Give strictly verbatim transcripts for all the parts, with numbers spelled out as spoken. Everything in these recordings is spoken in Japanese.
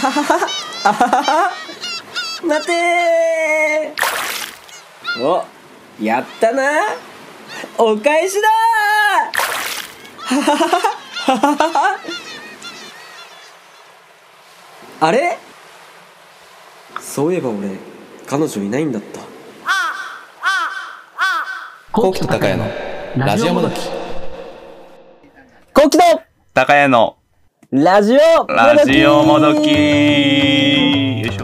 はははあははは待てー。お、やったな。お返しだー。ははははははは。あれ、そういえば俺彼女いないんだった。 コウキとタカヤのラジオもどき。 コウキとタカヤのラジオラジオもどき。よいしょ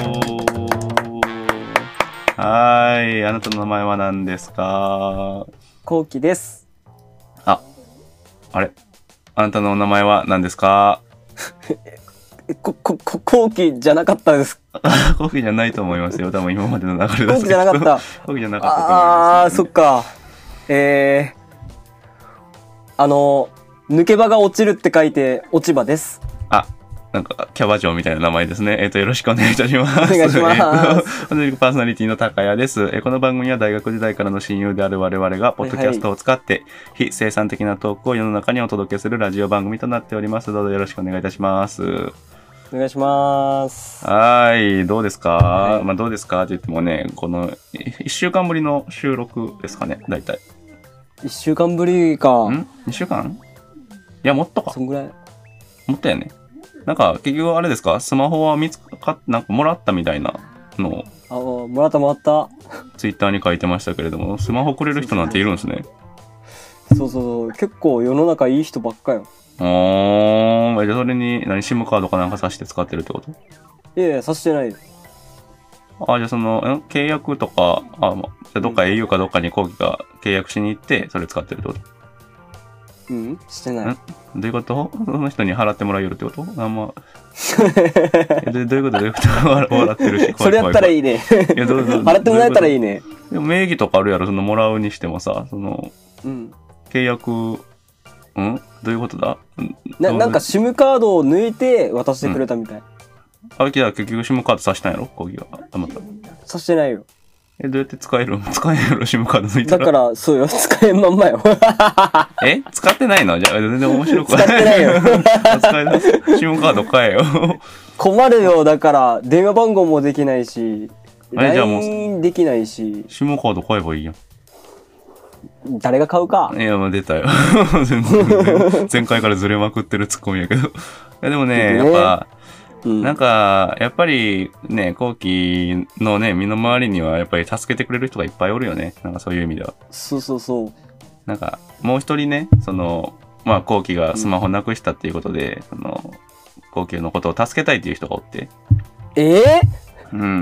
ー。はーい。あなたの名前は何ですか？ コウキです。 あ、あれ、あなたのお名前は何ですか？ こ、こ、こ、コウキじゃなかったです。 コウキじゃないと思いますよ。多分今までの流れだと。 コウキじゃなかった。 コウキじゃなかったと思います、ね。 あー、そっか。えー、あの、抜け歯が落ちるって書いて、落ち葉です。 あ、なんか、キャバ嬢みたいな名前ですね。えっと、よろしくお願いいたします。 お願いします。 えっと、同じくパーソナリティの高谷です。えこの番組は大学時代からの親友である我々が、ポッドキャストを使って、非生産的なトークを世の中にお届けするラジオ番組となっております。どうぞよろしくお願いいたします。 お願いします。 はい。どうですか、 はい、 まあ、どうですかって言ってもね、この、一週間ぶりの収録ですかね、大体。 一週間ぶりか。 ん二週間いや、もっとか。 そんぐらい。 もっとやね。なんか、結局あれですか、スマホは見つかっ、なんかもらったみたいなのを。 あ、もらったもらった。 ツイッターに書いてましたけれども、スマホくれる人なんているんですね。 そうそうそう。結構世の中いい人ばっかよ。 あー、じゃあそれに、何、シムカードかなんか挿して使ってるってこと？ いやいや、挿してないよ。 あ、じゃあその、ん契約とか、あ、ま、じゃあどっか エーユー かどっかにコウキが契約しに行って、それ使ってるってこと？ うん、してない。 んどういうこと？その人に払ってもらえるってこと？あんま。えどどういうこと？どういうこと？笑ってるし。 それやったらいいね。 いや、どうぞ。 払ってもらえたらいいね。 でも名義とかあるやろ、そのもらうにしてもさ、その、 うん、 契約、んどういうことだ？ な、なんか SIM カードを抜いて渡してくれたみたい。うん、 あ、じゃあ結局 SIM カード挿したんやろ？コウキが。あ、また。 挿してないよ。 え、どうやって使えるの？使えんやろ SIM カード抜いたら。 だから、そうよ。使えんまんまよ。 え使ってないの？じゃあ全然面白くない。使ってないよ。 使えない。SIM カード買えよ。 困るよ。だから、電話番号もできないし、 え、じゃあもうライン できないし。 SIM カード買えばいいやん。 誰が買うか。 いや、もう出たよ。全然前回からずれまくってるツッコミやけど。いやでもね、やっぱ、うん、なんか、やっぱりね、コウキのね、身の回りにはやっぱり助けてくれる人がいっぱいおるよね。なんかそういう意味では。 そうそうそう。 なんか、もう一人ね、その、まあ、コウキがスマホなくしたっていうことで、うん、その、コウキのことを助けたいっていう人がおって。 ええー、 うん、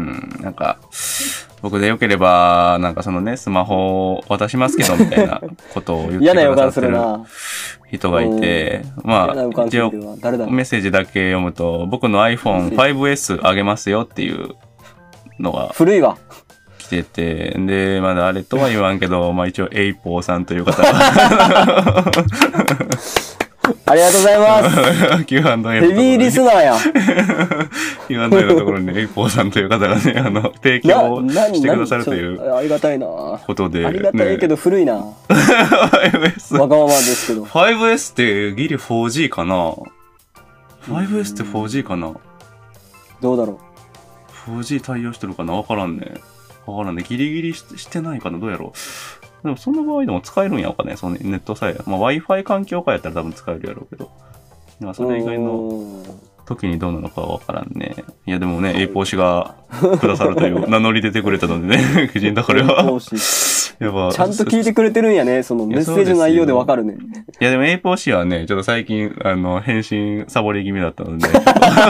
なんか、僕でよければ、なんかそのね、スマホを渡しますけど、みたいなことを言ってくださってる人がいて、まあ、一応、メッセージだけ読むと、僕の アイフォンファイブエス あげますよっていうのが、 古いわ。 来てて、で、まだあれとは言わんけど、まあ一応、エイポーさんという方が、 ありがとうございます。 キューアンドエーヘビーリスナーや。 キューアンドエー のところにエイポーさんという方がね、あの、提供をしてくださるという。 ありがたいな。 ことで。 ありがたいけど古いな。 ファイブエス。 わがままですけど。 ファイブエス ってギリ フォージー かな？ ファイブエス って フォージー かな？ どうだろう。 フォージー 対応してるかな？わからんね。わからんね。ギリギリ し, してないかな？どうやろう。でもその場合でも使えるんやろかね、そのネットさえ。まあ Wi-Fi 環境下やったら多分使えるやろうけど。まあそれ以外の時にどうなのかはわからんね。いやでもね、エイポー氏がくださるという名乗り出てくれたのでね、基人だこれは。 やっぱちゃんと聞いてくれてるんやね、そのメッセージの内容でわかるね。 いやでもエイポー氏はね、ちょっと最近、あの、返信サボり気味だったので、頑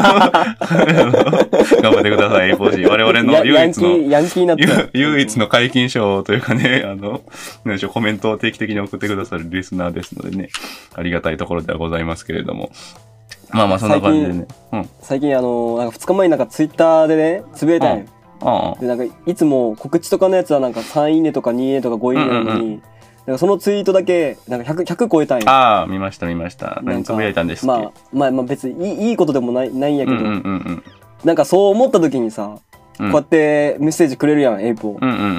張ってください、エイポー氏。我々の唯一の、 ヤンキーになった唯一の解禁賞というかね、あの、何でしょう、コメントを定期的に送ってくださるリスナーですのでね、ありがたいところではございますけれども。まあまあそんな感じでね。 うん、最近あの、なんかふつかまえになんかツイッターでね、つぶやいたんよ。 ああで、なんかいつも告知とかのやつはなんかさんいいねとかにいいねとかごいいねなのに、うんうんうん、なんかそのツイートだけ、なんかひゃく、ひゃく超えたんよ。 ああ、見ました見ました。何つぶやいたんですっけ？ まあ、まあまあ別にいい、いいことでもない、ないんやけど、 うんうんうんうん、 なんかそう思った時にさ、こうやってメッセージくれるやん、エイポー。 うんうんうんうん。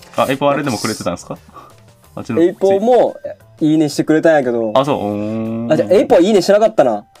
あ、エイポーあれでもくれてたんですか？ エイポーもいいねしてくれたんやけど。 あ、そう。 あ、じゃあエイポーいいねしなかったな。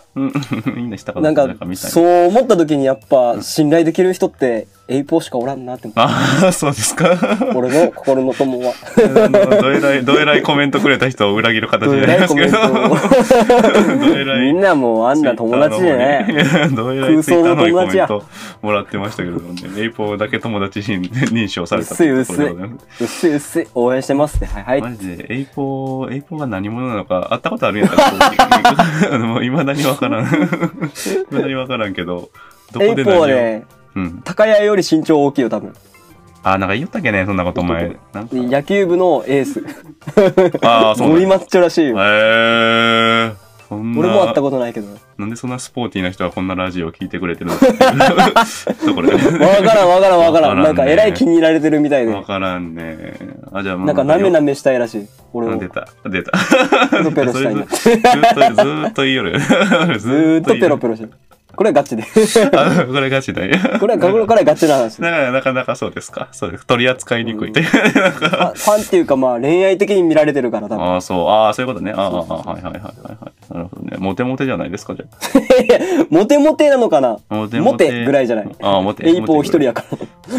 うん、みんなしたことなんか、 ないかみたいな。 そう思った時にやっぱ、信頼できる人って、エイポーしかおらんなって思った。 ああ、そうですか。 俺の心の友は。 あのどえらい、どえらいコメントくれた人を裏切る形になりますけど。どえらい。 みんなもうあんな友達じゃない。 どえらいツイッターの方にコメントもらってましたけどね。エイポーだけ友達に認証された薄い薄い。薄い薄い。応援してますね。はいはい。 マジで、エイポー、エイポーが何者なのか、会ったことあるんやったら、もう未だにわからん。未だにわからんけど、どこで何を。エイポーはね、うん、高谷より身長大きいよ、多分。あ、なんか言ったっけね、そんなこと前。 野球部のエース。 ああ、そう。 ゴリマッチョらしいよ。 へえー。そんな。 俺も会ったことないけど。 なんでそんなスポーティーな人がこんなラジオを聞いてくれてるのかところで。 わからんわからんわからん。なんか偉い気に入られてるみたいで。 わからんね。あ、じゃあまあ。なんかなめなめしたいらしい。俺も。 出た。出た。 ペロペロしたいな。 ずーっと言いよる。 ずーっとペロペロしてる。これはガチで。 あ、これガチだよ。 これは、これはガチな話。 だからなかなかそうですか。そうです。取り扱いにくいという。ファンっていうかまあ恋愛的に見られてるから多分。 ああ、そう。ああ、そういうことね。ああ、はいはいはいはい。なるほどね。モテモテじゃないですか、じゃあ。モテモテなのかなモテモテぐらいじゃない。 ああ、モテ。 エイポー一人やから。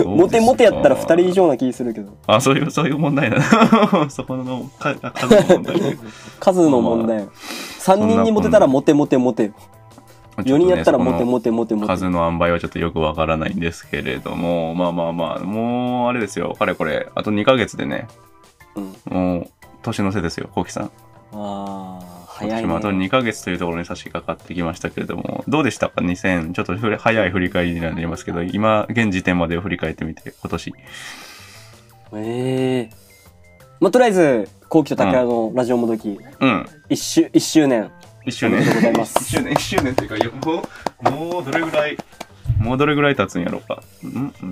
モテモテやったら二人以上な気するけど。 ああ、そういう、そういう問題だな。そこの数の問題。 数の問題。三人にモテたらモテモテモテよ。よにんやったらモテモテモテモテ。 数の塩梅はちょっとよくわからないんですけれども、まあまあまあ、もうあれですよ。かれこれ、あとにかげつでね、うん、もう年の瀬ですよ、コウキさん。ああ、早いね。 今あとにかげつというところに差し掛かってきましたけれども、どうでしたかにせん、ちょっと早い振り返りになりますけど、今、現時点までを振り返ってみて、今年。 ええー。まあ、とりあえず、コウキと竹谷のラジオもどき、うん。一周、一周年。 一周年。 ありがとうございます。 一周年、一周年っていうか、いやもう、もうどれぐらい、もうどれぐらい経つんやろうか。んん ?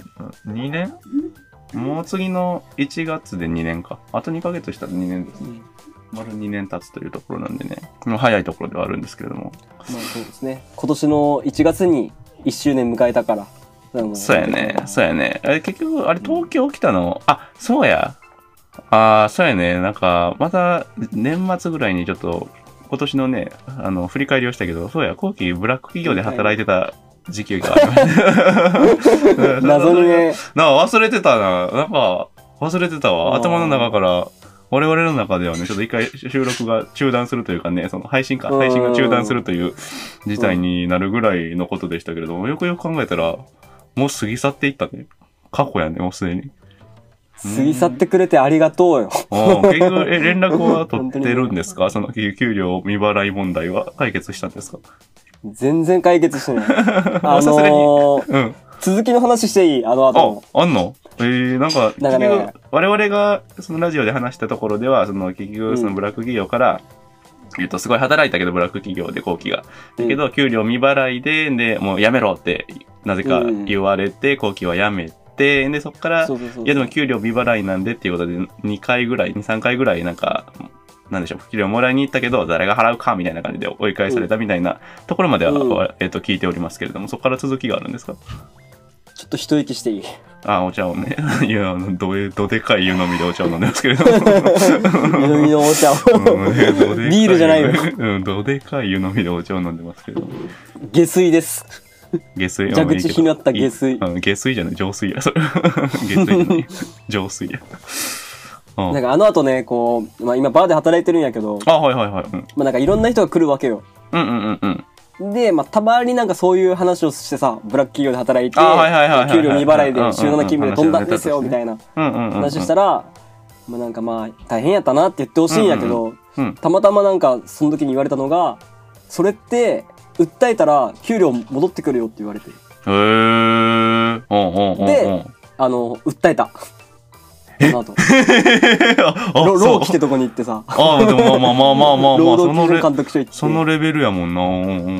に 年もう次のいちがつでにねんか。あとにかげつしたらにねんですね。丸にねん経つというところなんでね。もう早いところではあるんですけれども。 まあそうですね。今年のいちがつにいっしゅうねん迎えたから。 そうやね。そうやね。あれ結局、あれ東京来たの、あ、そうや。ああ、そうやね。なんか、また年末ぐらいにちょっと、今年のね、あの、振り返りをしたけど、そうや、後期ブラック企業で働いてた時期がありました。 謎にね。 なんか忘れてたな。なんか、忘れてたわ。頭の中から、我々の中ではね、ちょっと一回収録が中断するというかね、その配信か、配信が中断するという事態になるぐらいのことでしたけれども、よくよく考えたら、もう過ぎ去っていったね。過去やね、もうすでに。 過ぎ去ってくれてありがとうよ。 ああ、結局、え、連絡は取ってるんですかその給料未払い問題は解決したんですか全然解決してない。あのー、うん。続きの話していいあの後。 あ、あんのえー、なんか、なんかね、結局、我々がそのラジオで話したところでは、その結局、そのブラック企業から、うん、えっと、すごい働いたけど、ブラック企業で後期が。だけど、給料未払いで、で、もうやめろって、なぜか言われて、後期はやめて、で、そっから、いやでも給料未払いなんでっていうことで、にかいぐらい、に、さんかいぐらいなんか、なんでしょう、給料もらいに行ったけど、誰が払うかみたいな感じで追い返されたみたいなところまでは、うん、えっと、聞いておりますけれども、そこから続きがあるんですかちょっと一息していいあ、お茶をね。いや、あの、どえ、どでかい湯飲みでお茶を飲んでますけれども。湯飲みのお茶を。うんね、ビールじゃないよ。 うん、どでかい湯飲みでお茶を飲んでますけれども。 下水です。 下水。 蛇口ひなった下水。 うん、下水じゃない、浄水や、それ。下水じゃない。浄水や。 なんかあの後ね、こう、まあ今バーで働いてるんやけど。 あ、はいはいはい。うん、 まあなんかいろんな人が来るわけよ。 うんうんうんうん。で、まあたまになんかそういう話をしてさ、ブラック企業で働いて、 はいはいはいはい、 給料未払いで週なな勤務で飛んだんですよ、みたいな話したら、まあなんかまあ大変やったなって言ってほしいんやけど、うんうん、たまたまなんかその時に言われたのが、それって、訴えたら給料戻ってくるよって言われてる。 へー。おんおんおんおんで、あの、訴えた。えあと。ロー来てとこに行ってさ。 ああ、でもまあまあまあまあまあ、 労働基準監督署行って。 そのレベルやもんな。うんうんうんうん。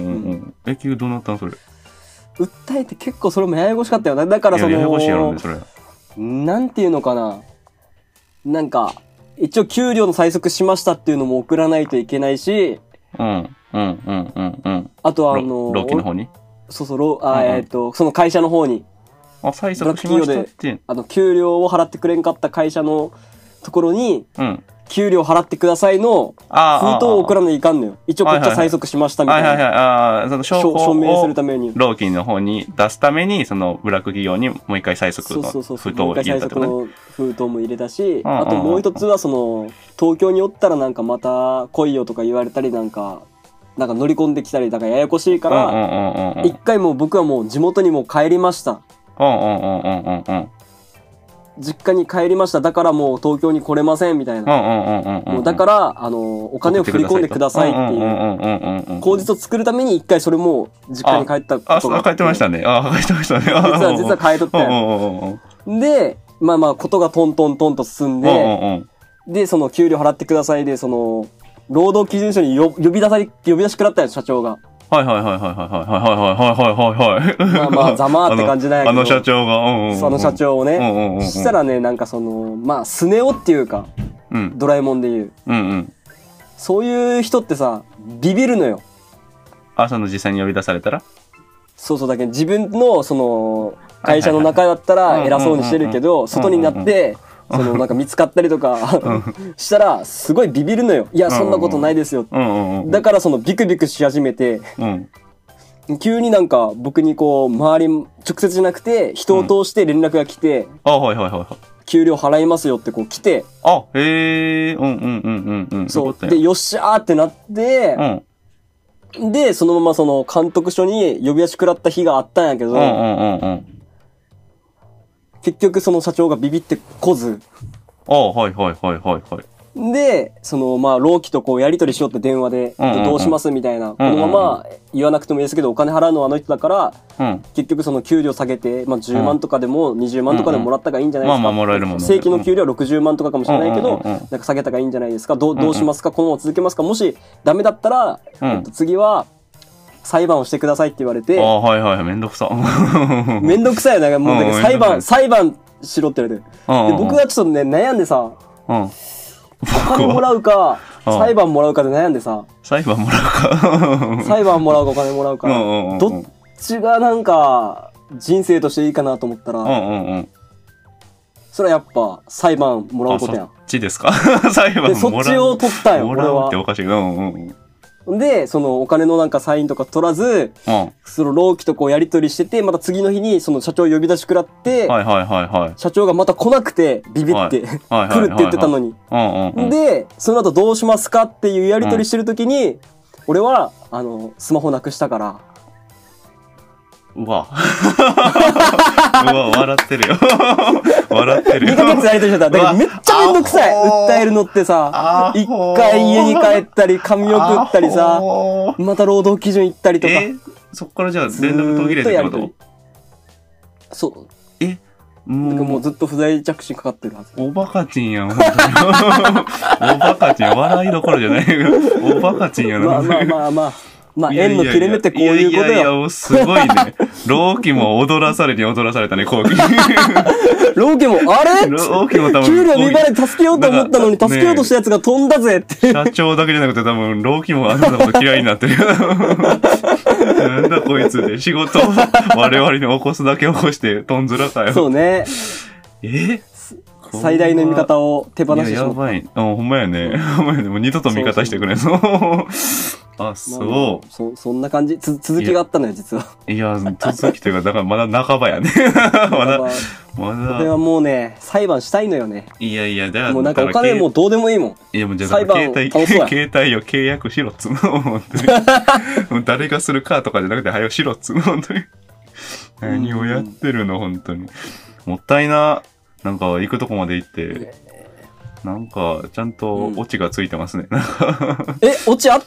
え、結局どうなったんそれ。 訴えて結構それもややこしかったよね。だからその、 ややこしいやろね、それ。 なんていうのかな。なんか、一応給料の催促しましたっていうのも送らないといけないし、 うん。うんうんうんうん。 あとはあの、 労基の方にそうそう、ロあ、うんうん、えっ、ー、と、その会社の方に。 あ、催促しましたって。 あの、給料を払ってくれんかった会社のところに、うん、 給料払ってくださいのあー封筒を送らないかんのよ。一応こっちは催促しましたみたいな。 はいはいはい。ああ、その証拠証明するたをめに。 労基の方に出すために、そのブラック企業にもう一回催促そうのそうそうそう。 封筒をもう一回催入れたってことね。 促の封筒も入れたし、 うんうんうんあともう一つはその、東京におったらなんかまた来いよとか言われたりなんか、なんか乗り込んできたり、だからややこしいから、 うんうんうんうんうん。 一回もう僕はもう地元にもう帰りました。 うんうんうんうんうんうん。 実家に帰りました。だからもう東京に来れませんみたいな。 うんうんうんうんうん。 もうだから、あの、お金を振り込んでくださいっていう、口実を作るために一回それも実家に帰ったあ、 ことがあ、帰ってましたね。あ、帰ってましたね。 実は、実は帰っとったよ。 うんうんうんうん。 で、まあまあ、ことがトントントンと進んで、 うんうんうん。 で、その給料払ってくださいで、その、労働基準書によ呼び出され、呼び出しくらったよ、社長が。 はいはいはいはいはいはいはいはいはいはいはい。 まあまあ、ざまーって感じなんやけど。 あの社長が、うんうんうん。 その社長をね。 うんうんうんうん。 そしたらね、なんかその、まあ、スネ夫っていうか、 うん。 ドラえもんで言う。 うんうん。 そういう人ってさ、ビビるのよ。 あ、その実際に呼び出されたらそうそうだけど、自分の、その、会社の中だったら偉そうにしてるけど、外になって、そのなんか見つかったりとかしたらすごいビビるのよ。いやそんなことないですよ。だからそのビクビクし始めて、急になんか僕にこう周り直接じゃなくて人を通して連絡が来て、 あはいはいはいはい。 給料払いますよってこう来て、 あへえうんうんうんうんうん。 そうでよっしゃーってなって、でそのままその監督署に呼び出し食らった日があったんやけど。結局その社長がビビってこず。 ああ、はいはいはいはいはい。 で、そのまあ、労基とこうやり取りしようって電話で、うんうんうん、どうしますみたいな。このまま言わなくてもいいですけど、お金払うのはあの人だから、うん、結局その給料下げて、まあじゅうまんとかでもにじゅうまんとかでももらったがいいんじゃないですか。まあまあもらえるもんね。正規の給料はろくじゅうまんとかかもしれないけど、なんか下げたがいいんじゃないですか。どう、どうしますか、このまま続けますか。もしダメだったら、うんえっと、次は、裁判をしてくださいって言われて。 ああ、はいはい、めんどくさ。 めんどくさいよ。なんかもう、だから裁判、裁判しろって言われて。で、僕はちょっとね、悩んでさ、うん、お金もらうか、裁判もらうかで悩んでさ。 裁判もらうか。 裁判もらうかお金もらうか。どっちがなんか、人生としていいかなと思ったら、それはやっぱ、裁判もらうことやん。 そっちですか裁判もらう。 で、そっちを取ったよ、俺は。 もらうっておかしい。うんうんで、そのお金のなんかサインとか取らず、うん、その労基とこうやり取りしてて、また次の日にその社長呼び出し食らって、はいはいはいはい、社長がまた来なくてビビって、はい、来るって言ってたのに。で、その後どうしますかっていうやり取りしてるときに、うん、俺は、あの、スマホなくしたから、 うわ。うわ、笑ってるよ。笑ってるよ。 にかげつやりとりしてた。だからめっちゃめんどくさい。訴えるのってさ、一回家に帰ったり、紙送ったりさ、また労働基準行ったりとか。えそっからじゃあ連絡途切れてるってことそう。 えもうもうずっと不在着信かかってるはず。 おバカチンやん、本当に。おバカチン、笑いどころじゃないけど、おバカチンやな。 まあまあまあまあ。まあ、縁の切れ目ってこういうことよ。いやいやいや、 すごいね。労基も踊らされに踊らされたね、後期。 労基も、あれ労基も多分。 給料未払い助けようと思ったのに、助けようとしたやつが飛んだぜって。 社長だけじゃなくて多分、労基もあんなこと嫌いになってる。なんだこいつで、仕事を我々に起こすだけ起こして、とんずらかよ。 そうね。 え最大の味方を手放してしまった。 やばい。あ、ほんまやね。ほんまやね。もう二度と味方してくれん。そう。あ、そう、まあまあ。 そ、そんな感じ。つ、続きがあったのよ、実は。 いや、続きというか、だからまだ半ばやね。まだ、まだ。 これはもうね、裁判したいのよね。 いやいや、だから。 もうなんかお金もうどうでもいいもん。 いや、もうじゃあ、携帯、携帯を契約しろっつうの。本当に。誰がするかとかじゃなくて、早くしろっつうの、本当に。何をやってるの、本当に。もったいな。なんか、行くとこまで行って、なんか、ちゃんとオチがついてますね。うん、 え、オチあった？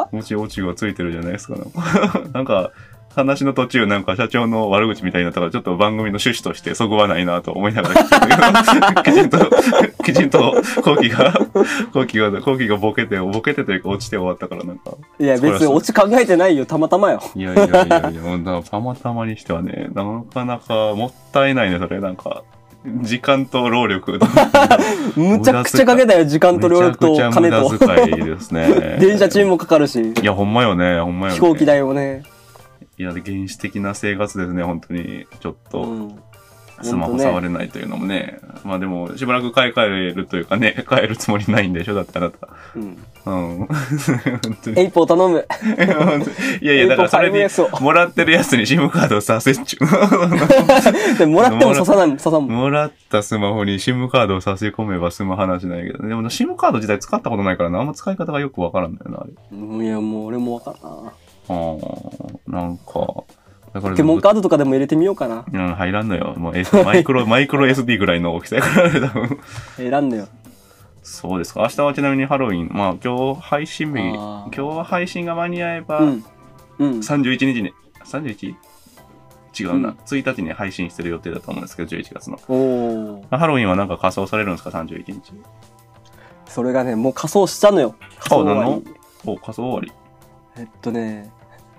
オチ、オチがついてるじゃないですか。なんか、なんか話の途中、なんか社長の悪口みたいになったから、ちょっと番組の趣旨としてそぐわないなと思いながら聞いてるけど、きちんと、きちんと、後期が、後期が、後期がボケて、ボケてというか落ちて終わったから、なんか。 いや、別にオチ考えてないよ。たまたまよ。 いやいやいやいや、たまたまにしてはね、なかなかもったいないね、それ、なんか。時間と労力むちゃくちゃかけたよ、時間と労力と金と。 無駄遣いですね。 電車賃もかかるし。 いや、ほんまよね、ほんまよね。 飛行機代もね。 いや、原始的な生活ですね、本当に。ちょっと。うん、 スマホ触れないというのもね。まあでも、しばらく買い替えるというかね、買えるつもりないんでしょだってあなた。うん。うん。 エイポー頼む。 いやいや、だからそれに、もらってるやつに SIM カードをさせっちゅう。 でも、もらっても刺さない、刺さんもん。 もらったスマホに SIM カードを差し込めば済む話なんやけど、でも SIM カード自体使ったことないからな、あんま使い方がよくわからんだよな、あれ。 いや、もう俺もわからんな。 ああ、なんか。 ポケモンカードとかでも入れてみようかな。 うん、入らんのよ。もう、S、マイクロ、マイクロ エスディー ぐらいの大きさやから、多分。 入らんのよ。 そうですか。明日はちなみにハロウィン。まあ、今日配信日、今日は配信が間に合えば、うんうん、さんじゅういちにちに、さんじゅういち? 違うな、うん。ついたちに配信してる予定だと思うんですけど、じゅういちがつの。おハロウィンはなんか仮装されるんですか ?さんじゅういちにち。 それがね、もう仮装したのよ。仮装終わり。 お、仮装終わり。 えっとね、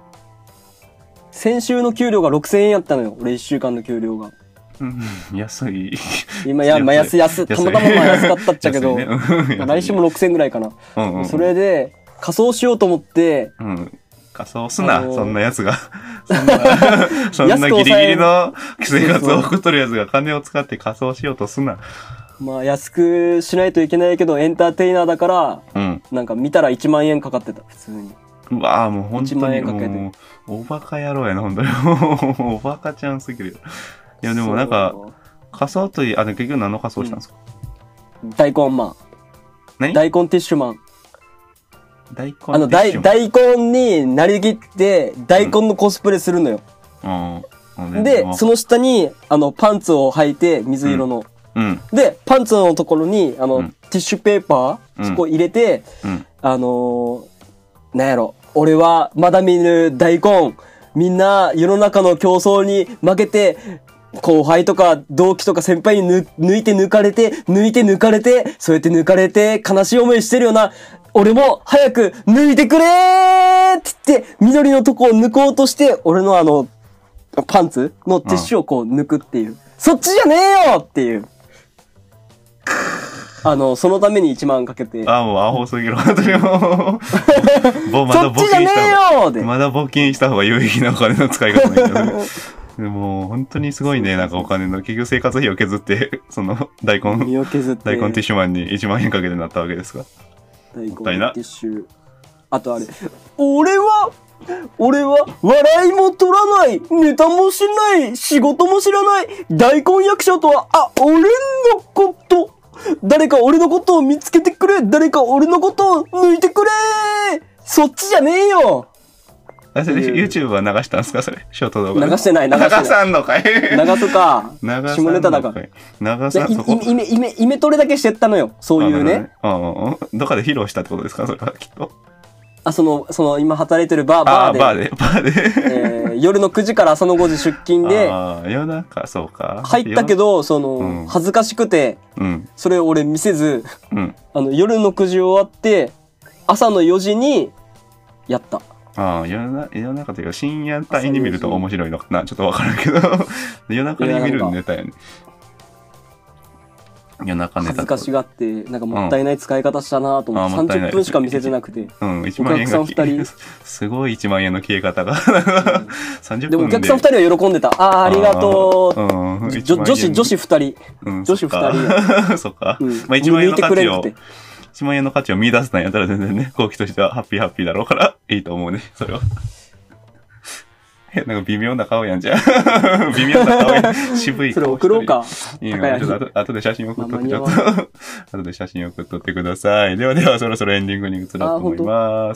先週の給料がろくせんえんやったのよ。俺いっしゅうかんの給料が。 うん、安い。 今、や、まあ、安い、安い。たまたままあ安かったっちゃけど、ね、来週もろくせんえんぐらいかな。うんうん、それで、仮装しようと思って、 うん、仮装すな、あのー、そんなやつが。そんな、そんなギリギリの生活を送っとるやつが金を使って仮装しようとすな。 まあ、安くしないといけないけど、エンターテイナーだから、うん、なんか見たらいちまんえんかかってた、普通に。 うわぁ、もう本当にもう、おバカ野郎やな、本当に。おバカちゃんすぎる。いや、でもなんか、仮装といい、あ、で結局何の仮装したんですか、 うん、大根マン。 何大根ティッシュマン。 大根ティッシュマンあの、大、大根になりきって、大根のコスプレするのよ。うん。で、その下に、あの、パンツを履いて、水色の。うん。で、パンツのところに、あの、うん、ティッシュペーパー、そこ入れて、うん、あのー、なんやろ。俺はまだ見ぬ大根。みんな世の中の競争に負けて、後輩とか同期とか先輩にぬ抜いて抜かれて、抜いて抜かれて、そうやって抜かれて悲しい思いしてるよな。俺も早く抜いてくれーって言って、緑のとこを抜こうとして、俺のあの、パンツのティッシュをこう抜くっていう。うん、そっちじゃねえよっていう。あの、そのためにいちまんかけて。 あ、もうアホすぎる。本当にもう。まだ募金した方が、まだ募金した方が有意義なお金の使い方だけどね。でも、本当にすごいね、なんかお金の、結局生活費を削って、その、大根、 身を削って、 大根ティッシュマンにいちまんえんかけてなったわけですか。 大根ティッシュ。あとあれ、俺は、俺は、笑いも取らない、ネタもしない、仕事も知らない、大根役者とは、あ、俺のこと、誰か俺のことを見つけてくれ、誰か俺のことを抜いてくれ、そっちじゃねえよ。 あ、それ YouTube は流したんですかそれ、ショート動画。 流してない、流してない。 流さんのかい。 流すか。流さんのかい。下ネタだから。 流さんのかい。 イメ、イメ、イメトレだけしてったのよ。そういうね。 ああ、どっかで披露したってことですかそれはきっと。 あ、その、その、今働いてるバー、バーで。 バーで、バーで。 えー、夜のくじから朝のごじ出勤で。 ああ、夜中、そうか。 入ったけど、その、うん、恥ずかしくて、うん、それを俺見せず、うん、あの、夜のくじ終わって、朝のよじに、やった。 ああ、夜な、夜中というか深夜帯に見ると面白いのかなちょっとわからんけど。夜中に見るネタやね。夜中ネタ。 恥ずかしがって、なんかもったいない使い方したなと思って、うん、さんじゅっぷんしか見せてなくて。 うん、いちまんえんが。お客さんふたり。すごいいちまんえんの消え方が。さんじゅっぷんで。 でもお客さんふたりは喜んでた。ああ、ありがとう。うん、女子、女子ふたり。うん、女子ふたり。 そっか。うん、まあいちまんえんの価値を。いちまんえんの価値を見出せたんやったら全然ね、後期としてはハッピーハッピーだろうから、いいと思うね、それは。なんか微妙な顔やんじゃん。微妙な顔やん。渋い顔。 それ送ろうか。 いいのちょっと後で写真送っとって、ちょっと。後で写真送っとってください。ではではそろそろエンディングに移ろうと思います。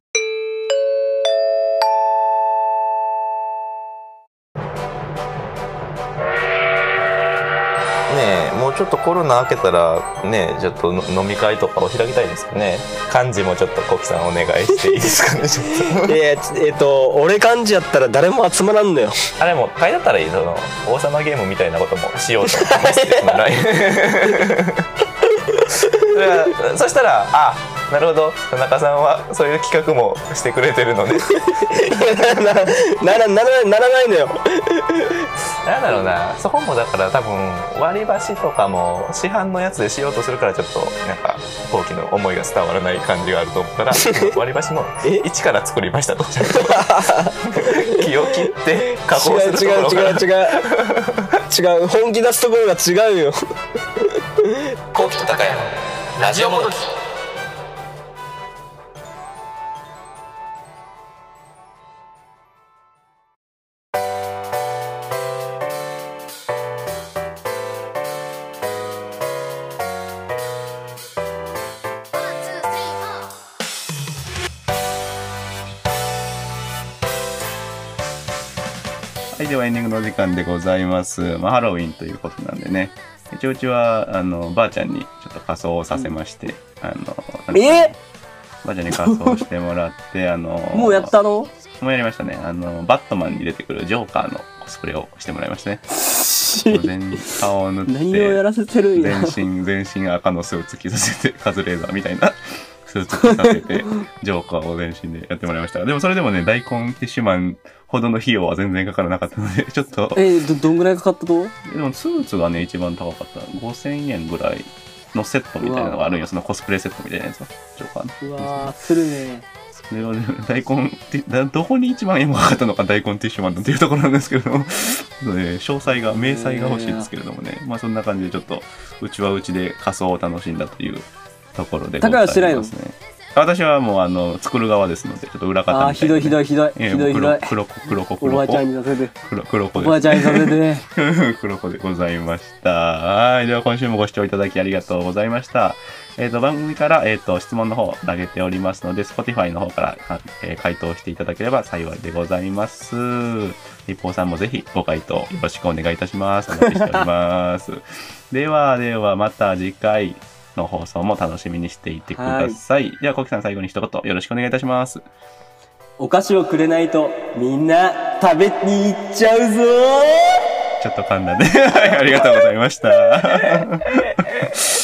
ねえ、もうちょっとコロナ明けたらねちょっと飲み会とかを開きたいですよね。幹事もちょっとコキさんお願いしていいですかね。ちょっとえー、えーと俺幹事やったら誰も集まらんのよ。 あれも会だったらいい、その王様ゲームみたいなこともしようと思ってます。そしたらあなるほど、田中さんはそういう企画もしてくれてるのでならならならならないのよ。 なんだろうな、そこもだから多分割り箸とかも市販のやつでしようとするからちょっとなんか後期の思いが伝わらない感じがあると思ったら割り箸も一から作りましたとちゃんと木を切って加工するところから違う違う違う違う違う、本気出すところが違うよ。 後期と高山ラジオもどき。 はい、ではエンディングのお時間でございます。まあ、ハロウィンということなんでね。一応うちは、あの、ばあちゃんにちょっと仮装をさせまして、うん、あの、 えばあちゃんに仮装してもらって、あの、 もうやったの？ もうやりましたね。あの、バットマンに出てくるジョーカーのコスプレをしてもらいましたね。全顔を塗って、 何をやらせてるんや。 全身、全身赤のスーツ着させて、カズレーザーみたいなスーツ着させて、ジョーカーを全身でやってもらいました。でもそれでもね、大根ティッシュマンほどの費用は全然かからなかったので、ちょっと。 えー、ど、どんぐらいかかったと？ でもスーツがね、一番高かった。ごせんえんぐらいのセットみたいなのがあるんよ。そのコスプレセットみたいなやつは。ジョーカーの。 うわー、するね。 で大根ってどこにいちまんえんもかかったのか大根ティッシュマンっていうところなんですけれども、ね、詳細が明細が欲しいですけれどもね、まあそんな感じでちょっとうちはうちで仮装を楽しんだというところでございますね。高橋しないの？私はもうあの作る側ですのでちょっと裏方みたいな、ね、あひどいひどいひどいひどいひどい黒子黒子黒子おばあちゃんにさせて黒黒子ですおばあちゃんにさせて黒子でございました。はい、では今週もご視聴いただきありがとうございました。えっと番組からえっと質問の方投げておりますので Spotify の方から、えー、回答していただければ幸いでございます。一方さんもぜひご回答よろしくお願いいたします。お待ちしておりますではではまた次回の放送も楽しみにしていてください。はい、ではコキさん最後に一言よろしくお願いいたします。 お菓子をくれないとみんな食べに行っちゃうぞー。 ちょっと噛んだねありがとうございました